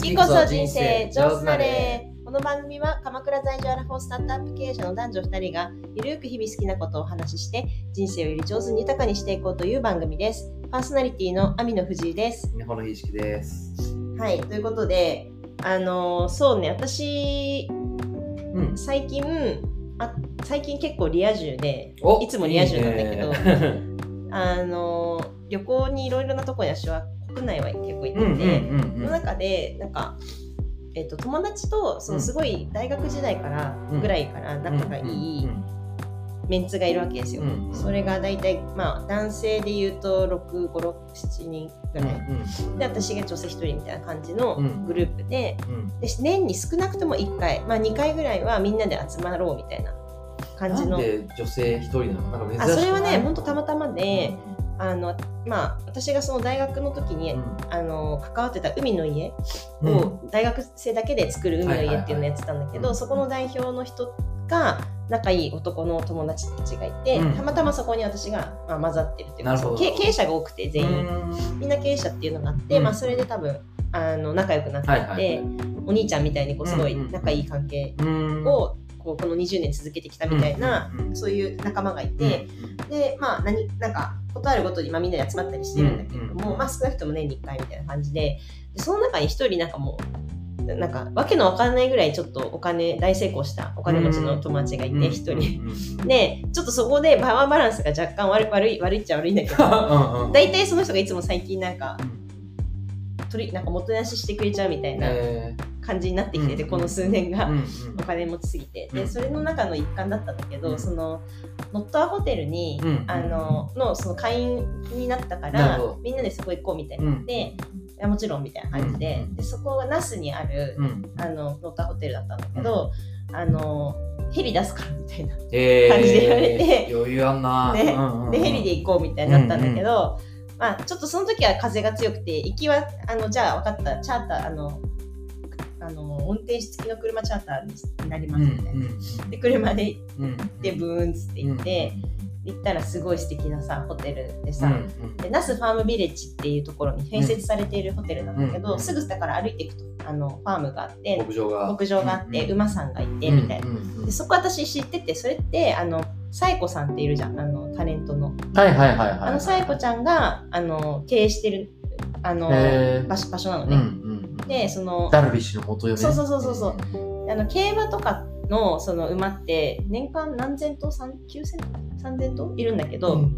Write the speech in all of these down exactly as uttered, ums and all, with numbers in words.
次こそ人生上手なれ。この番組は鎌倉在住アラフォースタートアップ経営者の男女ふたりがゆるく日々好きなことをお話しして人生をより上手に豊かにしていこうという番組です。パーソナリティの網野藤井です。 日本のひいしきです。 はい、ということで、あのそうね、私、うん、最近あ最近結構リア充で、いつもリア充なんだけど、いいねあの旅行にいろいろなところに私は国内は結構行ってて、うんうんうんうん、その中でなんか、えー、と友達とそのすごい大学時代からぐらいから仲がいいメンツがいるわけですよ、うんうん、それが大体、まあ、男性で言うとろく、ご、ろく、しちにんぐらい、うんうん、で私が女性ひとりみたいな感じのグループで、うんうん、で年に少なくともいっかい、まあ、にかいぐらいはみんなで集まろうみたいな感じの。 なんで女性ひとりなの？なんか珍しいな。 あ、それはねほんとたまたまで、うん、あのまあ、私がその大学の時に、うん、あの関わってた海の家を大学生だけで作る海の家っていうのをやってたんだけど、はいはいはい、そこの代表の人が仲いい男の友達たちがいて、うん、たまたまそこに私が、まあ、混ざってるっていうか、経営者が多くて全員みんな経営者っていうのがあって、うんまあ、それで多分あの仲良くなっていて、はいはいはい、お兄ちゃんみたいにこうすごい仲いい関係をこうこのにじゅうねん続けてきたみたいな、うん、そういう仲間がいて、うん、でまあ何なんかことあるごとに、まあ、みんなで集まったりしてるんだけれども、うんまあ、少なくとも年にいっかいみたいな感じで、でその中に一人なんかもうなんかわけのわかんないぐらいちょっとお金大成功したお金持ちの友達がいて一人で、ちょっとそこでパワーバランスが若干悪い悪い悪いっちゃ悪いんだけど大体その人がいつも最近なんか取りなんかもてなししてくれちゃうみたいな感じになってきてて、この数年がお金持ちすぎて、でそれの中の一環だったんだけど、そのノットアホテルに、うん、あの の, その会員になったからみんなでそこ行こうみたいになって、うん、いやもちろんみたいな感じで、うん、でそこが那須にある、うん、あのノットアホテルだったんだけど、うん、あのヘリ出すからみたいな感じで言われて、 えー、余裕あんな、 ねうんうん、でヘリで行こうみたいになったんだけど、うんうんまあ、ちょっとその時は風が強くて行きはあのじゃあ分かったチャーターあのあの運転手付きの車チャーターになりますみたいな、うんうん、で車で行ってブーンって行って、うん、行ったらすごい素敵なさホテルでさ、うんうん、で那須ファームビレッジっていうところに併設されているホテルなんだけど、うん、すぐ下から歩いていくとあのファームがあって牧場が、 牧場があって、うんうん、馬さんがいてみたいな、うんうん、でそこ私知ってて、それってあのサイコさんっているじゃん、あのタレントの、 はいはいはいはい、 あのサイコちゃんがあの経営してるあの場所、場所なのね、うんうんでそのダルビッシュの元嫁、 そうそうそうそうそうあの競馬とか の, その馬って年間何千頭きゅうせんとさんぜんといるんだけど、うんうんうん、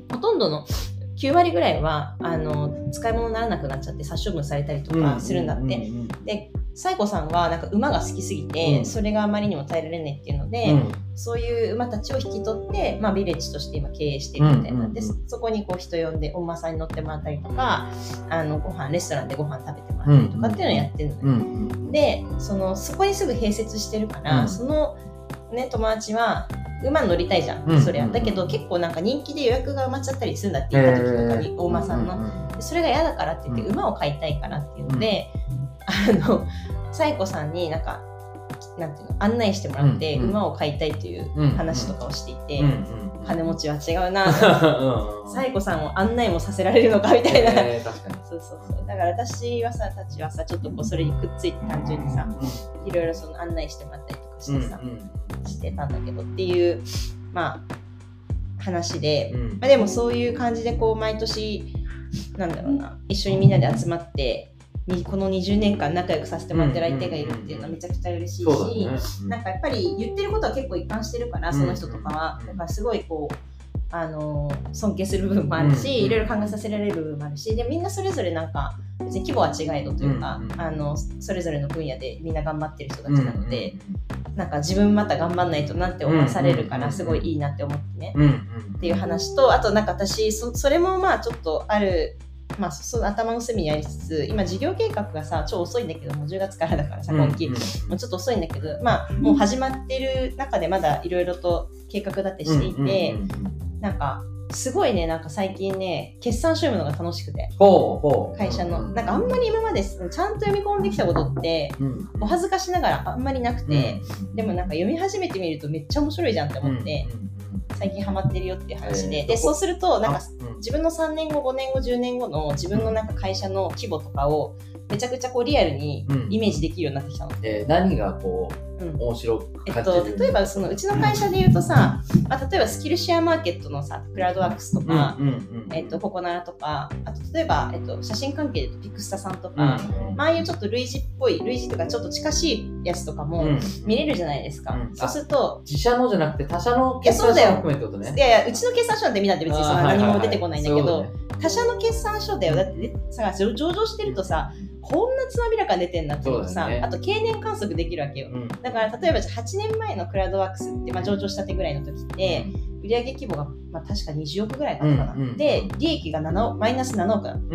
ほとんどのきゅうわりぐらいはあの使い物にならなくなっちゃって殺処分されたりとかするんだって、うんうんうんうん、でサイコさんはなんか馬が好きすぎて、うん、それがあまりにも耐えられないっていうので、うん、そういう馬たちを引き取って、まあ、ビレッジとして今経営してるみたいな、うんうんうん、でそこにこう人呼んでお馬さんに乗ってもらったりとか、あのご飯レストランでご飯食べてもらったりとかっていうのをやってるのね、うんうん、で そ, のそこにすぐ併設してるから、うん、その、ね、友達は馬に乗りたいじゃん、うん、そりゃだけど結構なんか人気で予約が埋まっちゃったりするんだって言った時とかに、えー、お馬さんの、うんうん、それが嫌だからって言って、うん、馬を飼いたいからっていうので、うん、あのサイコさんになんかなんていうの案内してもらって、うんうん、馬を飼いたいという話とかをしていて、うんうん、金持ちは違うなサイコさんを案内もさせられるのかみたいな、 えー、確かにそうそうそうだから私はさたちはさちょっとこうそれにくっついて単純にさ、うん、いろいろその案内してもらったりとかしてさ、うんうん、してたんだけどっていうまあ話で、うんまあ、でもそういう感じでこう毎年なんだろうな一緒にみんなで集まってこのにじゅうねんかん仲良くさせてもらってる相手がいるっていうのはめちゃくちゃ嬉しいし、うんうんねうん、なんかやっぱり言ってることは結構一貫してるからその人とかはだからすごいこうあの尊敬する部分もあるし、うんうん、いろいろ考えさせられる部分もあるしでみんなそれぞれなんか別に規模は違えどというか、うんうん、あのそれぞれの分野でみんな頑張ってる人たちなので、うんうん、なんか自分また頑張んないとなって思わされるからすごいいいなって思ってね、うんうん、っていう話とあとなんか私 そ, それもまあちょっとあるまあ、その頭の隅にありつつ今事業計画がさ超遅いんだけどもうじゅうがつからだからさ今期、うんうん、もうちょっと遅いんだけどまあもう始まってる中でまだいろいろと計画立てしていて、うんうんうん、なんかすごいねなんか最近ね決算書読むのが楽しくてほうほう会社のなんかあんまり今までちゃんと読み込んできたことってお恥ずかしながらあんまりなくて、うん、でもなんか読み始めてみるとめっちゃ面白いじゃんって思って、うんうん最近ハマってるよっていう話で、えー、でそうするとなんか自分のさんねんごごねんごじゅうねんごの自分のなんか会社の規模とかをめちゃくちゃこうリアルにイメージできるようになってきたの。 うん、えー、何がこう、うん、面白くえっと、例えばそのうちの会社で言うとさ、まあ、例えばスキルシェアマーケットのさクラウドワークスとか、うんうんうん、えっと、ココナラとか、あと例えば、えっと、写真関係で言うとピクスタさんとか、うんうん、まああいうちょっと類似っぽい類似とかちょっと近しいやつとかも見れるじゃないですか、うんうん、そうすると自社のじゃなくて他社の決算書も含めってことね。 いやいや、うちの決算書なんて見たって別にその何も出てこないんだけど、他社の決算書だよ。だってさ、上場してるとさ、こんなつまびらかに出てんなっていうのさ、ね、あと経年観測できるわけよ、うん、だから例えばはちねんまえのクラウドワークスって、まあ、上場したてぐらいの時って売上規模が、まあ、確かにじゅうおくぐらいだったかな、うんうん、で利益がななおくマイナスななおくだ、うんうん、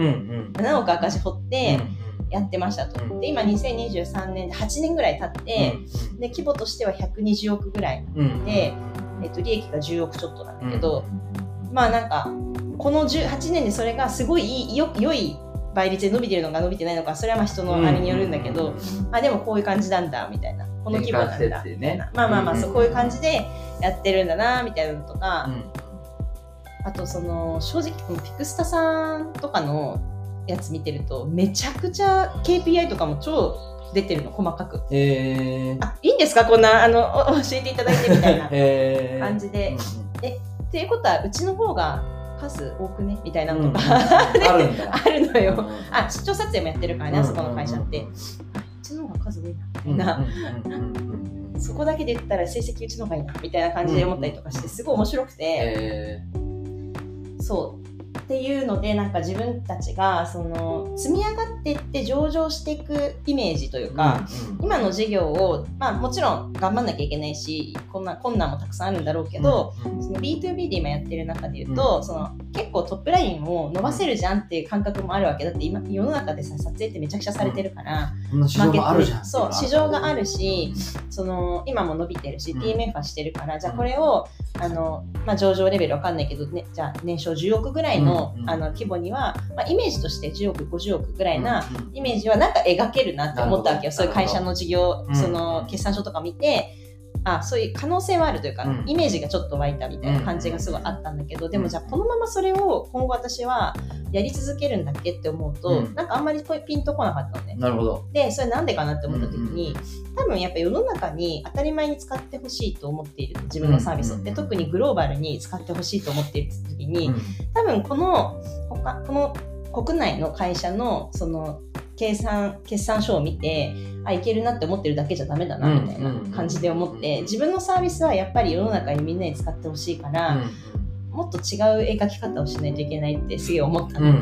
ななおく赤字掘ってやってましたと、うん、で今にせんにじゅうさんねんではちねんぐらい経って、うん、で規模としてはひゃくにじゅうおくぐらいで、うん、えっと、利益がじゅうおくちょっとなんだけど、うん、まあなんかこのじゅうはちねんでそれがすごいいいよ良い倍率で伸びてるのか伸びてないのか、それはまあ人のあれによるんだけど、うんうんうん、あでもこういう感じなんだみたいな、この規模なんだみたいな、ね、まあまあまあ、うんうん、そうこういう感じでやってるんだなみたいなのとか、うん、あとその正直このピクスタさんとかのやつ見てるとめちゃくちゃ ケーピーアイ とかも超出てるの細かく、 えー、 あいいんですかこんなあの教えていただいてみたいな感じで、 えーうんうん、 えっていうことはうちの方が数多くねみたいなのとか、 うん、あるんだあるのよ、うん、あ出張撮影もやってるからね、あそこの会社って、うんうんうん、あうちの方が数多いなみたいな、うんうんうんうん、そこだけで言ったら成績うちの方がいいなみたいな感じで思ったりとかしてすごい面白くて、えー、そうっていうのでなんか自分たちがその積み上がっていって上場していくイメージというか、うんうん、今の事業を、まあ、もちろん頑張んなきゃいけないしこんな困難もたくさんあるんだろうけど、うんうん、その ビーツービー で今やってる中で言うと、うん、その結構トップラインを伸ばせるじゃんっていう感覚もあるわけだって今世の中でさ撮影ってめちゃくちゃされてるから、 うん、市場があるじゃんそう市場があるし、その今も伸びてるし、うん、ティーエムエフ はしてるからじゃあこれをあの、まあ、上場レベルわかんないけど、ね、じゃあ年商じゅうおくぐらいの、うんうん、あの規模には、まあ、イメージとしてじゅうおくごじゅうおくぐらいなイメージはなんか描けるなって思ったわけよ。そういう会社の事業、うん、その決算書とか見て、あそういう可能性はあるというか、うん、イメージがちょっと湧いたみたいな感じがすごいあったんだけど、でもじゃあこのままそれを今後私はやり続けるんだっけって思うと、うん、なんかあんまりピンとこなかったのね。 なるほど。 でそれなんでかなって思った時に、うん、多分やっぱ世の中に当たり前に使ってほしいと思っている自分のサービスって、うん、特にグローバルに使ってほしいと思っている時に、うん、多分この他この国内の会社のその計算決算書を見てあいけるなって思ってるだけじゃダメだなみたいな感じで思って、自分のサービスはやっぱり世の中にみんなに使ってほしいから、うん、もっと違う絵描き方をしないといけないってすげえ思ったの、うんうん、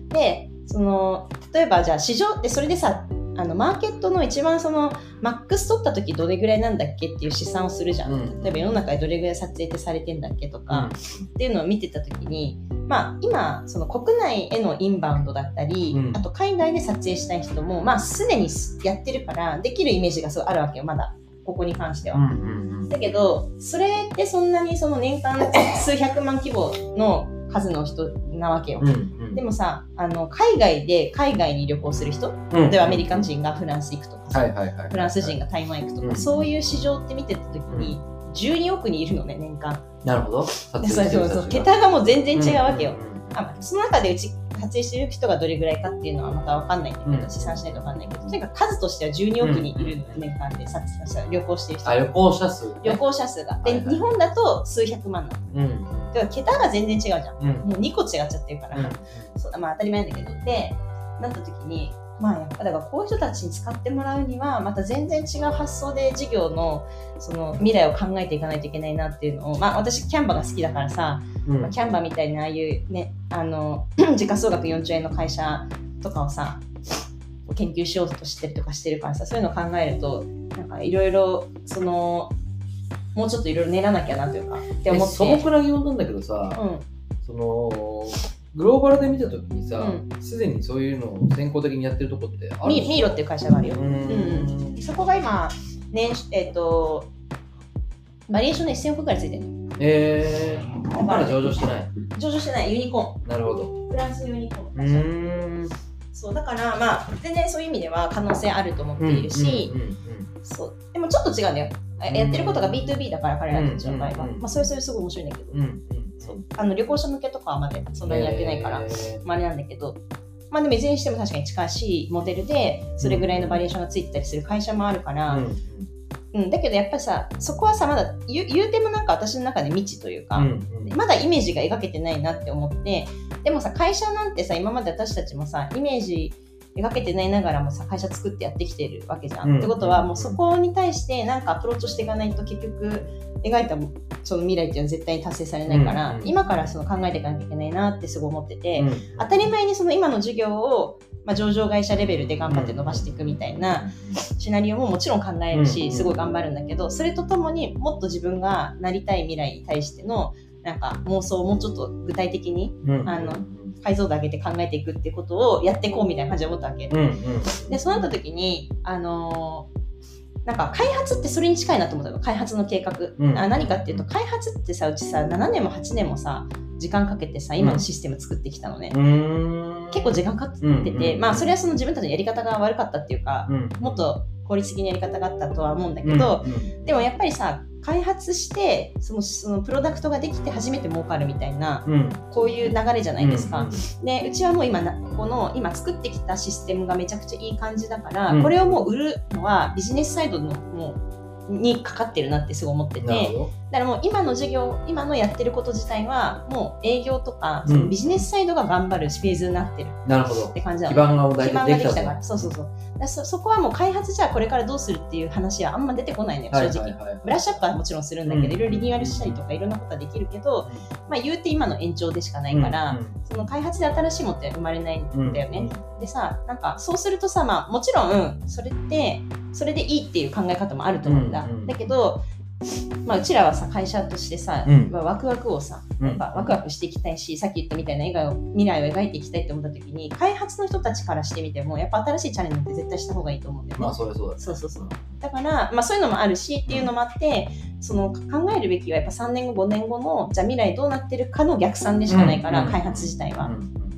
でその例えばじゃあ市場ってそれでさあのマーケットの一番そのマックス取った時どれぐらいなんだっけっていう試算をするじゃん、うん、例えば世の中でどれぐらい撮影ってされてんだっけとか、うん、っていうのを見てた時にまあ、今その国内へのインバウンドだったり、うん、あと海外で撮影したい人も、まあ、すでにやってるからできるイメージがすごいあるわけよまだここに関しては、うんうんうん、だけどそれってそんなにその年間数百万規模の数の人なわけよ、うんうん、でもさあの海外で海外に旅行する人、うん、ではアメリカ人がフランス行くとかさ、はいはいはいはい、フランス人が台湾行くとか、うん、そういう市場って見てた時に、うん、じゅうにおくにいるのね年間。 なるほど。 そうそうそう桁がもう全然違うわけよ、うんうんうん、あその中でうち撮影してる人がどれぐらいかっていうのはまた分かんないんだけど、うん、試算しないと分かんないけど、とにかく数としてはじゅうにおくにいるのよ、うん、年間で撮影した旅行してる人。 あ旅行者数、ね、 旅行者数がで、はいはい、日本だと数百万なの、うん、だから桁が全然違うじゃん、うん、もうにこ違っちゃってるから、うん、そうまあ当たり前なんだけどでなった時にまあやっぱだからこういう人たちに使ってもらうにはまた全然違う発想で事業のその未来を考えていかないといけないなっていうのを、まあ私キャンバが好きだからさ、うんまあ、キャンバみたいなああいうねあの時価総額よんじゅうえんの会社とかをさ研究しようとしてるとかしてるからさ、そういうのを考えるとなんかいろいろそのもうちょっといろいろ練らなきゃなというかって思って。 素朴な疑問なんだけどさ、うん、そのグローバルで見たときにさ、す、うん、で、にそういうのを先行的にやってるとこってある？ ミーロっていう会社があるよ。うんうん、そこが今、年えっと、バリエーションでせんおくくらいついてるの。 えー、だから上場してない？ 上場してない、ユニコーン。 なるほど。 フランスユニコーンの会社。うーんそうだからまあ全然そういう意味では可能性あると思っているし、そうでもちょっと違うんだよ。やってることが ビーツービー だから彼らたちの場合は、まあそれそれすごい面白いんだけど、うんうん、そうあの旅行者向けとかはまでそんなにやってないから、えー、まああれなんだけど、 まあでもいずれにしても確かに近しいモデルでそれぐらいのバリエーションがついてたりする会社もあるから、うんうん、だけどやっぱりさそこはさまだ 言, 言うてもなんか私の中で未知というか、うんうん、まだイメージが描けてないなって思って、でもさ会社なんてさ今まで私たちもさイメージ描けてないながらもさ会社作ってやってきてるわけじゃん、うん、ってことはもうそこに対してなんかアプローチしていかないと結局描いたその未来っていうのは絶対に達成されないから、うん、今からその考えていかなきゃいけないなってすごい思ってて、うん、当たり前にその今の事業を、まあ、上場会社レベルで頑張って伸ばしていくみたいなシナリオももちろん考えるしすごい頑張るんだけど、それとともにもっと自分がなりたい未来に対してのなんか妄想をもうちょっと具体的に、うん、あの解像度上げて考えていくっていうことをやっていこうみたいな感じで思ったわけ、うんうん、でそうなった時にあのーなんか開発ってそれに近いなと思ったの。開発の計画、うん、あ何かっていうと開発ってさうちさななねんもはちねんもさ時間かけてさ今のシステム作ってきたのね、うん、結構時間かかってて、うんうん、まあそれはその自分たちのやり方が悪かったっていうか、うん、もっと効率的なやり方があったとは思うんだけど、うんうん、でもやっぱりさ開発してその、そのプロダクトができて初めて儲かるみたいな、うん、こういう流れじゃないですか、うん、でうちはもう今この今作ってきたシステムがめちゃくちゃいい感じだから、うん、これをもう売るのはビジネスサイドのもうにかかってるなってすごい思ってて、だからもう今の事業今のやってること自体はもう営業とかそのビジネスサイドが頑張るフェーズになってるって感じなの。 基盤が大体できたから、そうそうそう。だそ, そこはもう開発じゃあこれからどうするっていう話はあんま出てこないのよ、正直、はいはいはいはい、ブラッシュアップはもちろんするんだけど、うん、いろいろリニューアルしたりとかいろんなことはできるけど、うん、まあ言うて今の延長でしかないから、うんうん、その開発で新しいものって生まれないんだよね、うん、でさなんかそうするとさ、まあもちろんそれってそれでいいっていう考え方もあると思うんだ、うんうん、だけどまあ、うちらはさ会社としてさ、うん、ワクワクをさやっぱワクワクしていきたいし、うん、さっき言ったみたいな笑顔未来を描いていきたいって思った時に開発の人たちからしてみてもやっぱ新しいチャレンジって絶対した方がいいと思うんだよね。 まあそれそうだね。 そうそうそう。だから、まあ、そういうのもあるしっていうのもあって、うん、その考えるべきはやっぱさんねんごごねんごのじゃあ未来どうなってるかの逆算でしかないから、うん、開発自体は、うん、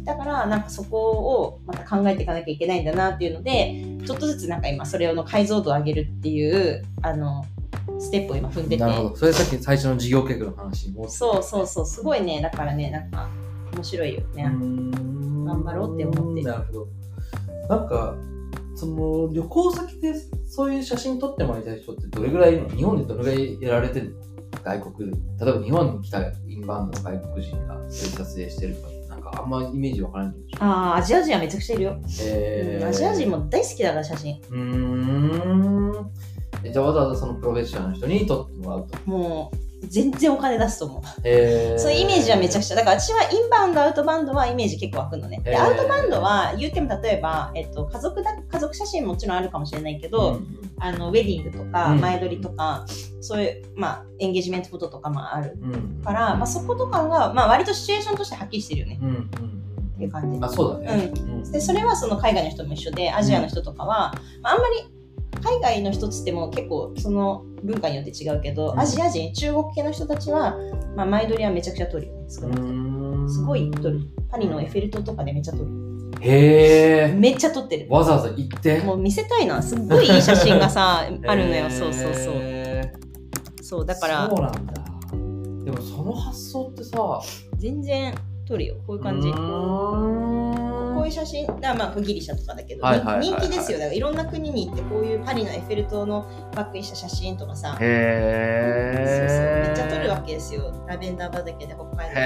だからなんかそこをまた考えていかなきゃいけないんだなっていうのでちょっとずつなんか今それの解像度を上げるっていうあのステップを今踏んでて。 なるほど。それさっき最初の事業計画の話も、ね、 そうそうそうすごいね。だからねなんか面白いよね。頑張ろうって思って。 なるほど。なんかその旅行先でそういう写真撮ってもらいたい人ってどれぐらいいるの？日本でどれぐらいやられてるの？外国例えば日本に来たインバウンドの外国人がそういう撮影してるかなんかあんまイメージわからないんでしょ。 ああアジア人はめちゃくちゃいるよ。えー、アジア人も大好きだから写真。うーん。 じゃあわざわざそのプロフェッショナルの人に撮ってもらうと。 もう全然お金出すと思う。へー。そういうイメージはめちゃくちゃ。だから私はインバウンドアウトバウンドはイメージ結構湧くのね。でアウトバウンドは言うても例えば、えっと、家族だ家族写真もちろんあるかもしれないけど、うん、あのウェディングとか前撮りとか、うん、そういう、まあ、エンゲージメントフォトとかもあるから、うんまあ、そことかが、まあ、割とシチュエーションとしてはっきりしてるよね。うんうんっていう感じ。 あ、そうだね。 うん。で、それはその海外の人も一緒で、アジアの人とかは、うんまあ、あんまり海外の人つっても結構その文化によって違うけど、うん、アジア人、中国系の人たちは、まあ、前撮りはめちゃくちゃ撮るよね。少なくとも。すごい撮る。パリのエッフェル塔とかでめっちゃ撮る。 へー。 めっちゃ撮ってる。 わざわざ行って。 もう見せたいな。すっごいいい写真がさ、あるのよ。そうそうそう。そう、だから。 そうなんだ。でもその発想ってさ、 全然撮るよ。こういう感じ。こういう写真だ、まあギリシャとかだけど、はいはいはいはい、人気ですよ。だからいろんな国に行ってこういうパリのエッフェル塔のバックにした写真とかさ、へー、そうそうめっちゃ撮るわけですよ。ラベンダー畑で北海道で撮りたいと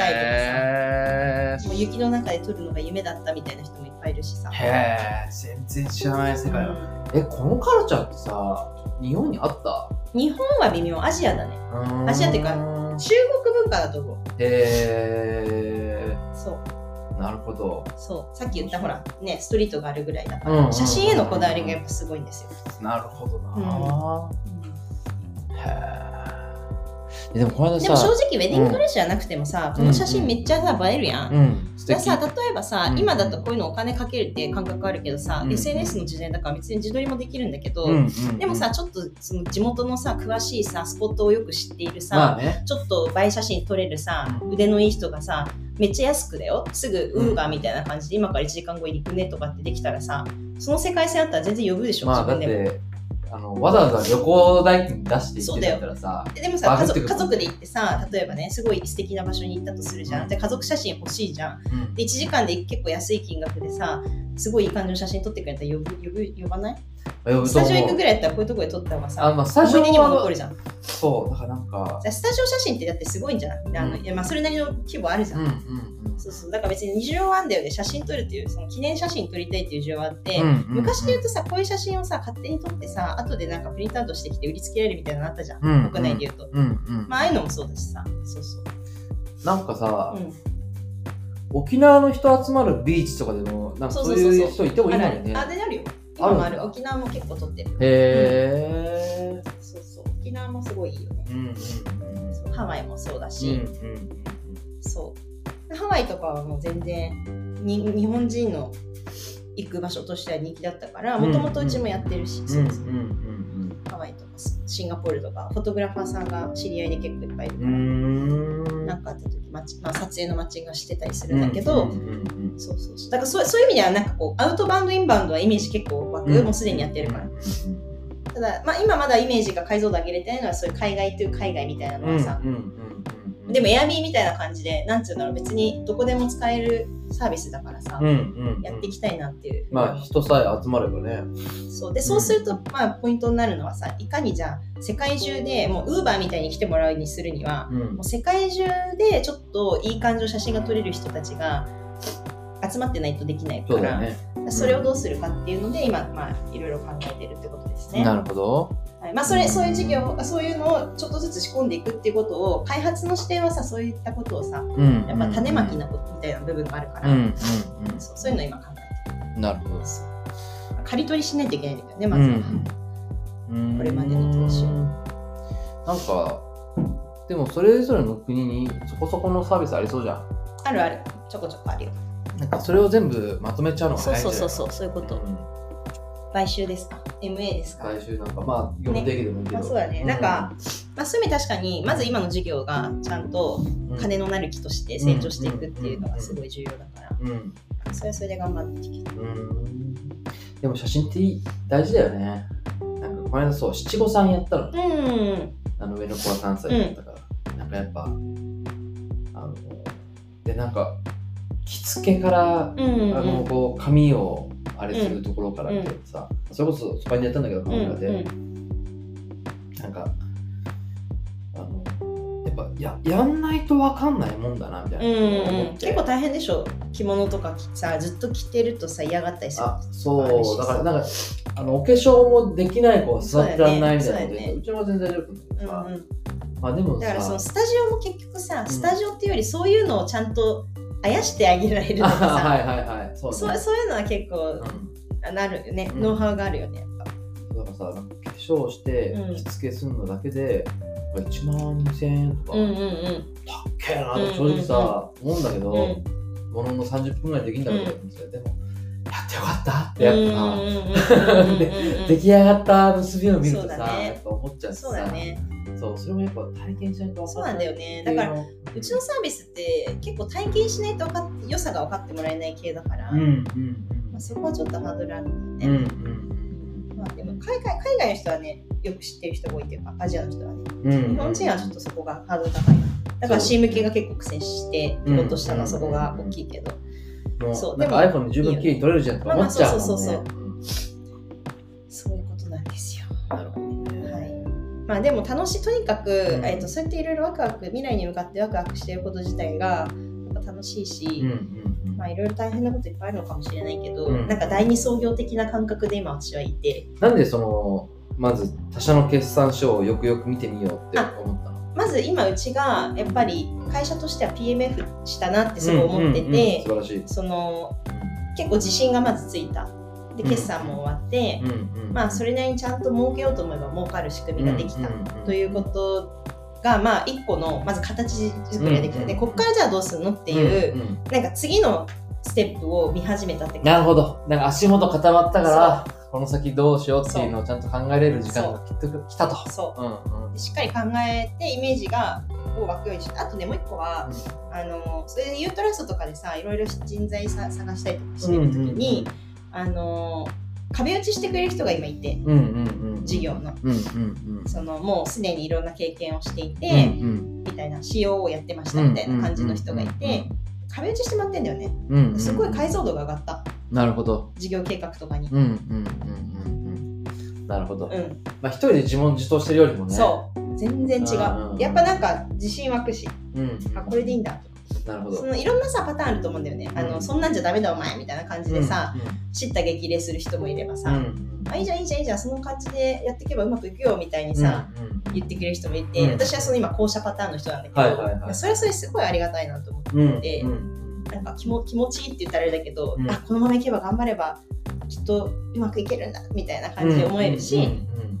かさ、もう雪の中で撮るのが夢だったみたいな人もいっぱいいるしさ。 へー、全然知らない世界、うん、え、このカルチャーってさ、日本にあった？ 日本は微妙、アジアだね。アジアっていうか中国文化だと思う。 へー、 そう。 なるほど。 そう、さっき言ったほらねストリートがあるぐらいだから、うんうん、写真へのこだわりがやっぱすごいんですよ。 なるほどな、うん、へー。でもこの間さ、 でも正直ウェディングドレスじゃなくてもさ、うん、この写真めっちゃさ映えるやん、うん、じゃあさ例えばさ、うん、今だとこういうのお金かけるっていう感覚あるけどさ、うん、エスエヌエス の時代だから別に自撮りもできるんだけど、うんうんうん、でもさちょっとその地元のさ詳しいさスポットをよく知っているさ、まあね、ちょっと映え写真撮れるさ腕のいい人がさめっちゃ安くだよすぐウーバーみたいな感じで、うん、今からいちじかんごに行くねとかってできたらさその世界線あったら全然呼ぶでしょ、 まあ、 自分でも。 だってあのわざわざ旅行代金出して行ってたらさ、 でもさ家族、家族で行ってさ、例えばねすごい素敵な場所に行ったとするじゃん、うん、で家族写真欲しいじゃん、うん、でいちじかんで結構安い金額でさすごいいい感じの写真撮ってくれたら呼ぶ呼ぶ呼ばない？スタジオ行くぐらいやったらこういうとこで撮った方がさ、 あ、まあ、スタジオ思い出にも残るじゃん。 そうだからなんかスタジオ写真ってだってすごいんじゃない？うん、あのいやまあそれなりの規模あるじゃん。うんうんうん、そうそうだから別に需要はあんだよね。写真撮るっていうその記念写真撮りたいっていう需要はあって、うんうんうん、昔で言うとさこういう写真をさ勝手に撮ってさ後でなんかプリントアウトしてきて売りつけられるみたいなのあったじゃん、うんうん、国内で言うと、うんうん、まあああいうのもそうだしさ、そうそうなんかさ、うん、沖縄の人集まるビーチとかでもなんかそういう人いてもいいのにね。 あれあるよ。今もある。沖縄も結構撮ってる。 へー、うん、 そうそう沖縄もすごいいいよね、うんうんうん、そうハワイもそうだし、うんうん、そうハワイとかはもう全然に日本人の行く場所としては人気だったからもともとうちもやってるし、うんうん、そうそう、うんうん、ハワイとかシンガポールとかフォトグラファーさんが知り合いで結構いっぱいいるから、なんかあった時、まあ、撮影のマッチングしてたりするんだけど、うんうんうん、そうそうそうだからそう、そういう意味ではなんかこうアウトバウンドインバウンドはイメージ結構湧く、うん、もうすでにやってるから、うん、ただ、まあ、今まだイメージが解像度上げれてないのはそういう海外という海外みたいなのはさ、うんうんうん、でもエアビーみたいな感じでなんていうんだろう別にどこでも使えるサービスだからさ、うんうんうん、やっていきたいなっていう。 まあ人さえ集まればね。 そうでそうすると、うん、まあポイントになるのはさいかにじゃあ世界中でもうウーバーみたいに来てもらうにするには、うん、もう世界中でちょっといい感じの写真が撮れる人たちが集まってないとできないから、 そうだね、それをどうするかっていうので、うん、今まあいろいろ考えてるってことですね。 なるほど。 はい、まあそれそういう事業そういうのをちょっとずつ仕込んでいくっていうことを開発の視点はさそういったことをさ、うん、やっぱ種まきなことみたいな部分があるから、うんうんうん、そう、そういうのを今考えてる。 なるほど。 刈り取りしないといけないんだよねまずは、うん、これまでの投資を。 なんかでもそれぞれの国にそこそこのサービスありそうじゃん。 あるあるちょこちょこあるよ。 なんかそれを全部まとめちゃうのが早いんじゃない？ そうそうそうそうそういうこと、うん、買収ですか エムエー ですか。 買収なんかまあ業務的でもいいけど、 ねまあ、そうだね、うん、なんか、まあ、そういう意味確かにまず今の事業がちゃんと金のなる木として成長していくっていうのがすごい重要だから、うん、それはそれで頑張っていきたい。うんでも写真って大事だよね。なんかこの間そう七五三やったの、うん、あの上の子はさんさいだったから、うん、なんかやっぱあのでなんか着付けから、うんうん、あのこう髪をあれするところから見てさ、うん、それこそスパインでやったんだけどカメラで、うんうん、なんかあのやっぱ や, やんないと分かんないもんだなみたいな、うんうん、 結構大変でしょ。着物とかさずっと着てるとさ嫌がったりする。 あそうだからなんかあのお化粧もできない子は座ってらんないみたいなので、ねね、うちは全然大丈夫なんだけどさ、うんうんまあ、でもさだからそのスタジオも結局さスタジオっていうよりそういうのをちゃんとあやしてあげられるとかさはいはいはいそう、ね、 そう、そういうのは結構、うん、なるよね、うん、ノウハウがあるよねやっぱ。 だからさなんか化粧して着付けするのだけで、うん、いちまんにせんえんとか、うんうんうん、たっけえなって正直さ、うんうんうん、思うんだけど、うん、もののさんじゅっぷんぐらいできるんだけど、うん、でもやってよかったってやっぱさ出来上がった結びを見るとさ、ね、やっぱ思っちゃうしさ。そうだね。そう、それもやっぱ体験しないと分かんない。そうなんだよね。だからうちのサービスって結構体験しないと分かっ良さが分かってもらえない系だから、うんうんうんまあ、そこはちょっとハードルあるんだよね。うんうんまあ、でも海外、海外の人はねよく知ってる人が多いっていうかアジアの人はね、うんうん、日本人はちょっとそこがハードル高いな。だから C 向けが結構苦戦してピボットしたのはそこが大きいけど、もうそうでも iPhone で十分綺麗に撮れるじゃんとか思っちゃうもんね。まあまあそうそうそうそう、うん、そういうことなんですよ。なるほどね。はい。まあでも楽しいとにかく、うんえー、とそうやっていろいろワクワク未来に向かってワクワクしていること自体がやっぱ楽しいし、うんうんうん、まあいろいろ大変なこといっぱいあるのかもしれないけど、うん、なんか第二創業的な感覚で今私はいて。なんでそのまず他社の決算書をよくよく見てみようって思ったの？まず今うちがやっぱり会社としては ピーエムエフ したなってすごい思ってて、うんうんうん、素晴らしい。その結構自信がまずついた。で決算も終わって、うんうんうん、まあそれなりにちゃんと儲けようと思えば儲かる仕組みができた、うんうんうん、ということがまあ一個のまず形作りができた、うんうん、でこっからじゃあどうするのっていう、うんうん、なんか次のステップを見始めたって感じ。なるほど。なんか足元固まったからこの先どうしようっていうのをちゃんと考えれる時間がきっと来たと。そう、うんうん、でしっかり考えてイメージがを湧くようにして、あとねもう一個は、うん、あのそれでユートラストとかでさいろいろ人材さ探したりとかしてるときに、うんうんうん、あの壁打ちしてくれる人が今いて、 うんうんうん、 事業の、 うんうんうん、 そのもうすでにいろんな経験をしていて、 うんうん、 みたいな シーオーオー をやってましたみたいな感じの人がいて、壁打ちしてもらってんだよね、うんうんうん、すごい解像度が上がった。なるほど。事業計画とかに、うんうんうんうん、なるほど、うん、まあ、一人で自問自答してるよりもね、 そう全然違う、やっぱなんか自信湧くし、うん、あこれでいいんだと。なるほど。そのいろんなさパターンあると思うんだよね、うん、あのそんなんじゃダメだお前みたいな感じでさ、うんうん、叱咤激励する人もいればさ、うん、あいいじゃんいいじゃんいいじゃんその感じでやっていけばうまくいくよみたいにさ、うんうん、言ってくれる人もいて、うん、私はその今後者パターンの人なんだけど、はいはいはい、それはそれすごいありがたいなと思ってて、うんうん、なんか気も気持ちいいって言ったらあれだけど、うん、あこのままいけば頑張ればきっとうまくいけるんだみたいな感じで思えるし、うんうんうんうん、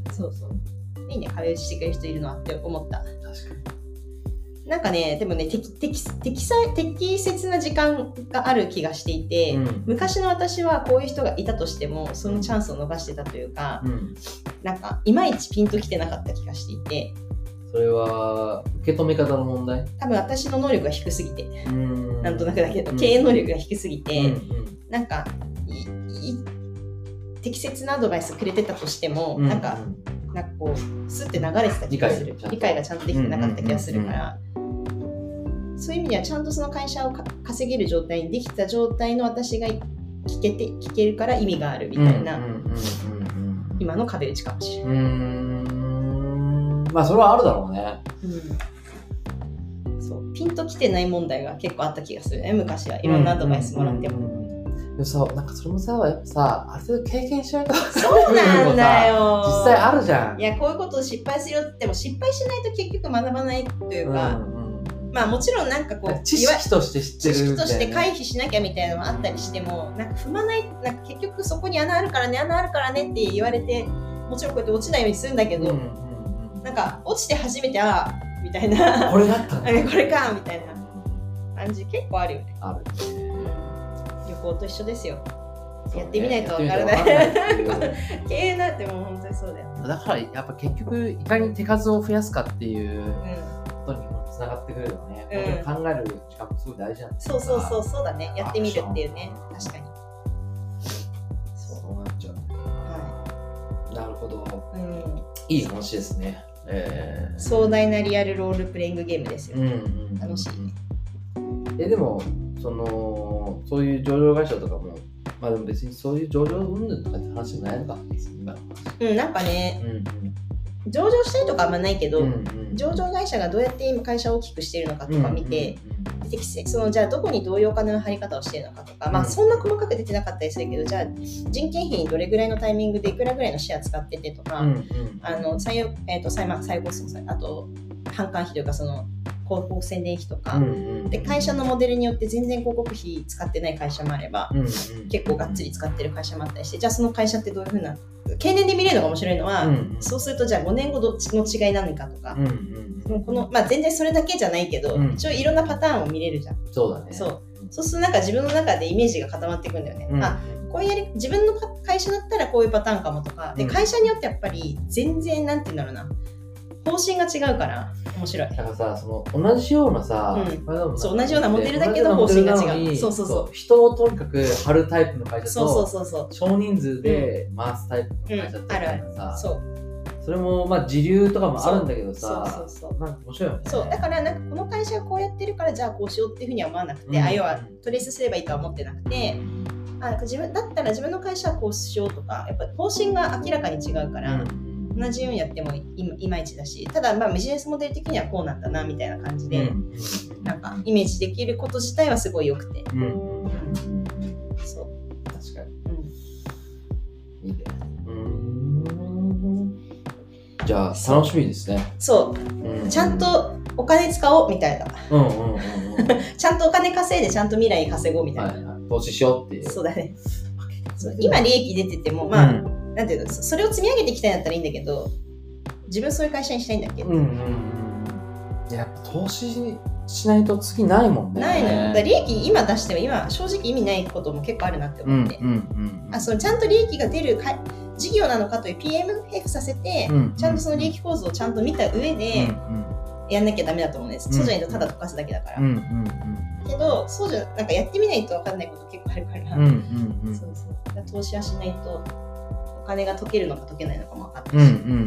そうそういいね壁打ちしてくれる人いるのはって思った。確かになんかね、でもね、適, 適, 適, 適切な時間がある気がしていて、うん、昔の私はこういう人がいたとしてもそのチャンスを逃してたというか、うん、なんかいまいちピンときてなかった気がしていて、 それは受け止め方の問題？ 多分私の能力が低すぎて、うんなんとなくだけど、うん、経営能力が低すぎて、うんうん、なんかいい適切なアドバイスくれてたとしても、うん、なんかなんかこうスッて流れてた気がする。理解、理解がちゃんとできてなかった気がするから、そういう意味ではちゃんとその会社を稼げる状態にできた状態の私が聞けて聞けるから意味があるみたいな、今の壁打ちかもしれない。うーん、 まあそれはあるだろうね。 うん、そうピンときてない問題が結構あった気がするね。昔はいろんなアドバイスもらっても。 でもさ、なんかそれもさ、やっぱさ、ある程度経験しないとそうなんだよ実際あるじゃん。 いや、こういうことを失敗するよっても失敗しないと結局学ばないというか、うんうん、まあもちろんなんかこう知識として知ってる知識として回避しなきゃみたいなのもあったりしても、なんか踏まない、なんか結局そこに穴あるからね、穴あるからねって言われて、もちろんこうやって落ちないようにするんだけど、うんうんうん、なんか落ちて初めてああみたいなこれだったねこれかみたいな感じ結構あるよね。 ある、 旅行と一緒ですよ。やってみないとわからない。経営なんてもう本当にそうだよ。 だからやっぱ結局いかに手数を増やすかっていうことにもつながってくるよね。うん、考える時間もすごい大事なんですよ。そうそうそうそうだね。やってみるっていうね。確かに。 そうなっちゃう。はい。なるほど。うん、いい話ですね。 えー、壮大なリアルロールプレイングゲームですよ。うんうん、楽しいね。 えでもそのそういう上場会社とかも。まあでも別にそういう上場云々とかって話じゃないのか今の話。うん、なんかね、うんうん、上場したいとかあんまないけど、うんうん、上場会社がどうやって今会社を大きくしているのかとか見て、うんうん、適正そのじゃあどこにどういうお金の入り方をしているのかとか、うん、まあそんな細かく出てなかったりするけど、じゃあ人件費にどれぐらいのタイミングでいくらぐらいのシェア使っててとか、うんうん、あの採用、えーと、再再コスト、あと販管費というかその広告宣伝費とか、うんうん、で会社のモデルによって全然広告費使ってない会社もあれば、うんうん、結構がっつり使ってる会社もあったりして、じゃあその会社ってどういうふうな経年で見れるのが面白いのは、うんうん、そうするとじゃあごねんごどっちの違い何かとか、うんうん、このまあ、全然それだけじゃないけど、うん、一応いろんなパターンを見れるじゃん。 そうだね。 そう、そうするとなんか自分の中でイメージが固まっていくんだよね、うん、あこういうやり自分の会社だったらこういうパターンかもとかで、会社によってやっぱり全然なんて言うんだろうな、方針が違うから面白い。 だからさ、その同じようなさ、うん、 そう同じようなモデルだけど方針が違う。そうそうそう。 人をとにかく張るタイプの会社と、 そうそうそうそう。 少人数で回すタイプの会社って、うん、あるあるさ、 そう。 それもまあ時流とかもあるんだけどさ、そうそうそう。なんか面白いよね。 そうだからなんかこの会社はこうやってるからじゃあこうしようっていうふうには思わなくて、うん、あ要はトレースすればいいとは思ってなくて、あなんか自分だったら自分の会社はこうしようとか、やっぱり方針が明らかに違うから。うん同じようにやっても い, いまいちだし、ただまあビジネスモデル的にはこうなんだなみたいな感じで、うん、なんかイメージできること自体はすごい良くて、うんうん、そう確かに、うん、いいね。うーんじゃあ楽しみですね。 そう、うん、ちゃんとお金使おうみたいな、うんうんうんうん、ちゃんとお金稼いでちゃんと未来稼ごうみたいな、はいはい、 投資しようっていう。 そうだね。そう今利益出ててもまあ、うんなんていうのそれを積み上げていきたいんだったらいいんだけど、自分そういう会社にしたいんだっけど、うんうんうん、やっぱ投資しないと次ないもんね。 ないのよ。だから利益今出しても今正直意味ないことも結構あるなって思って、うんうんうん、あそのちゃんと利益が出るか事業なのかという ピーエムエフ させて、うんうんうん、ちゃんとその利益構造をちゃんと見た上でやんなきゃダメだと思うんです、うんうん、そうじゃないとただ溶かすだけだから、うんうんうん、けどそうじゃなんかやってみないと分かんないこと結構あるから、うんうんうん、そうそうだから投資はしないと金が解けるのか解けないのかも分かったし、 うんうんうんうんうん。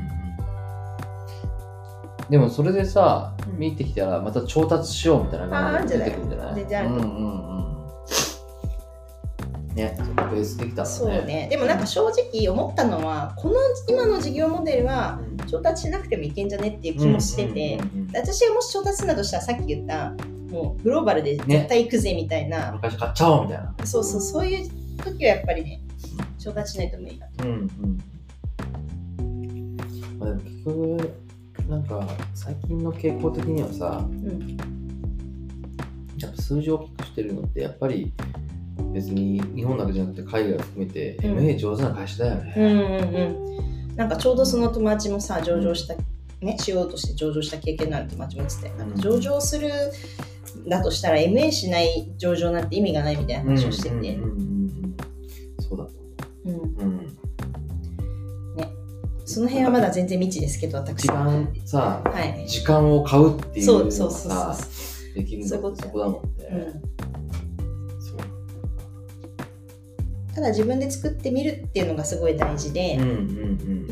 でもそれでさ、 うん見てきたらまた調達しようみたいな感じで出てくるんじゃない？ 全然あると思う。 うんうんうん。ね、そこベースできたらね。 そうね。でもなんか正直思ったのは、この今の事業モデルは調達しなくてもいけんじゃねっていう気もしてて、 うんうんうんうん、 私がもし調達するなとしたらさっき言ったもうグローバルで絶対行くぜみたいな、 ね、昔買っちゃおうみたいな。 そうそう、そういう時はやっぱりね、調達しないと無理だと。 うんうん。まあ、でも結局なんか最近の傾向的にはさ、うん、やっぱ数字を大きくしてるのってやっぱり別に日本だけじゃなくて海外を含めて エムエー 上手な会社だよね。 うんうんうん。なんかちょうどその友達もさ、上場した、ね、しようとして上場した経験のある友達も言ってて、なんか上場するだとしたら エムエー しない上場なんて意味がないみたいな話をしてて、うんうんうんうん、 そうだと思う。うんうんね、その辺はまだ全然未知ですけど、私一番さ、 はい、 時間を買うっていうのがさ、 そうそうそうそうできるのはそこだもんね。うんただ自分で作ってみるっていうのがすごい大事で、うんうんうん、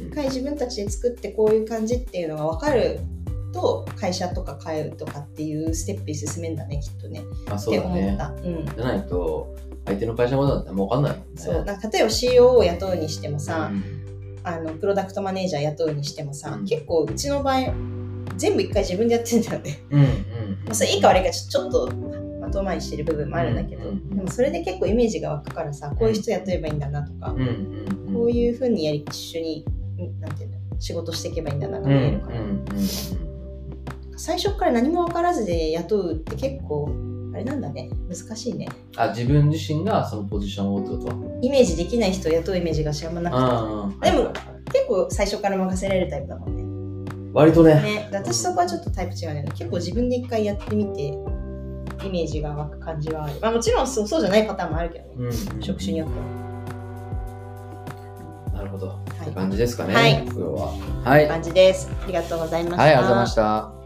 一回自分たちで作ってこういう感じっていうのが分かると会社とか買うとかっていうステップに進めるんだねきっとね。 あ、そうだね。 って思った。うん、じゃないと相手の会社もだってもう分かんないもんね。 そうなんか例えば シーオーオー を雇うにしてもさ、うん、あのプロダクトマネージャー雇うにしてもさ、うん、結構うちの場合全部一回自分でやってんだよね。うんうんうん、それいいか悪いかちょっと後回りしてる部分もあるんだけど、うんうん、でもそれで結構イメージが湧くからさ、こういう人雇えばいいんだなとか、うんうんうん、こういう風にやり一緒になんていうの仕事していけばいいんだなが見えるから、うんうんうん、最初から何も分からずで雇うって結構あれなんだね、難しいね。 あ、自分自身がそのポジションをってことはイメージできない人を雇うイメージがしあんまなくて、でも結構最初から任せられるタイプだもんね。 割とね。 ね、私そこはちょっとタイプ違うね。結構自分で一回やってみてイメージが湧く感じはある。まあもちろんそう、そうじゃないパターンもあるけどね、うんうんうん、職種によっては。なるほど、はい、って感じですかね、 はい、 今日は。 はい、感じです。ありがとうございました。 はい、ありがとうございました。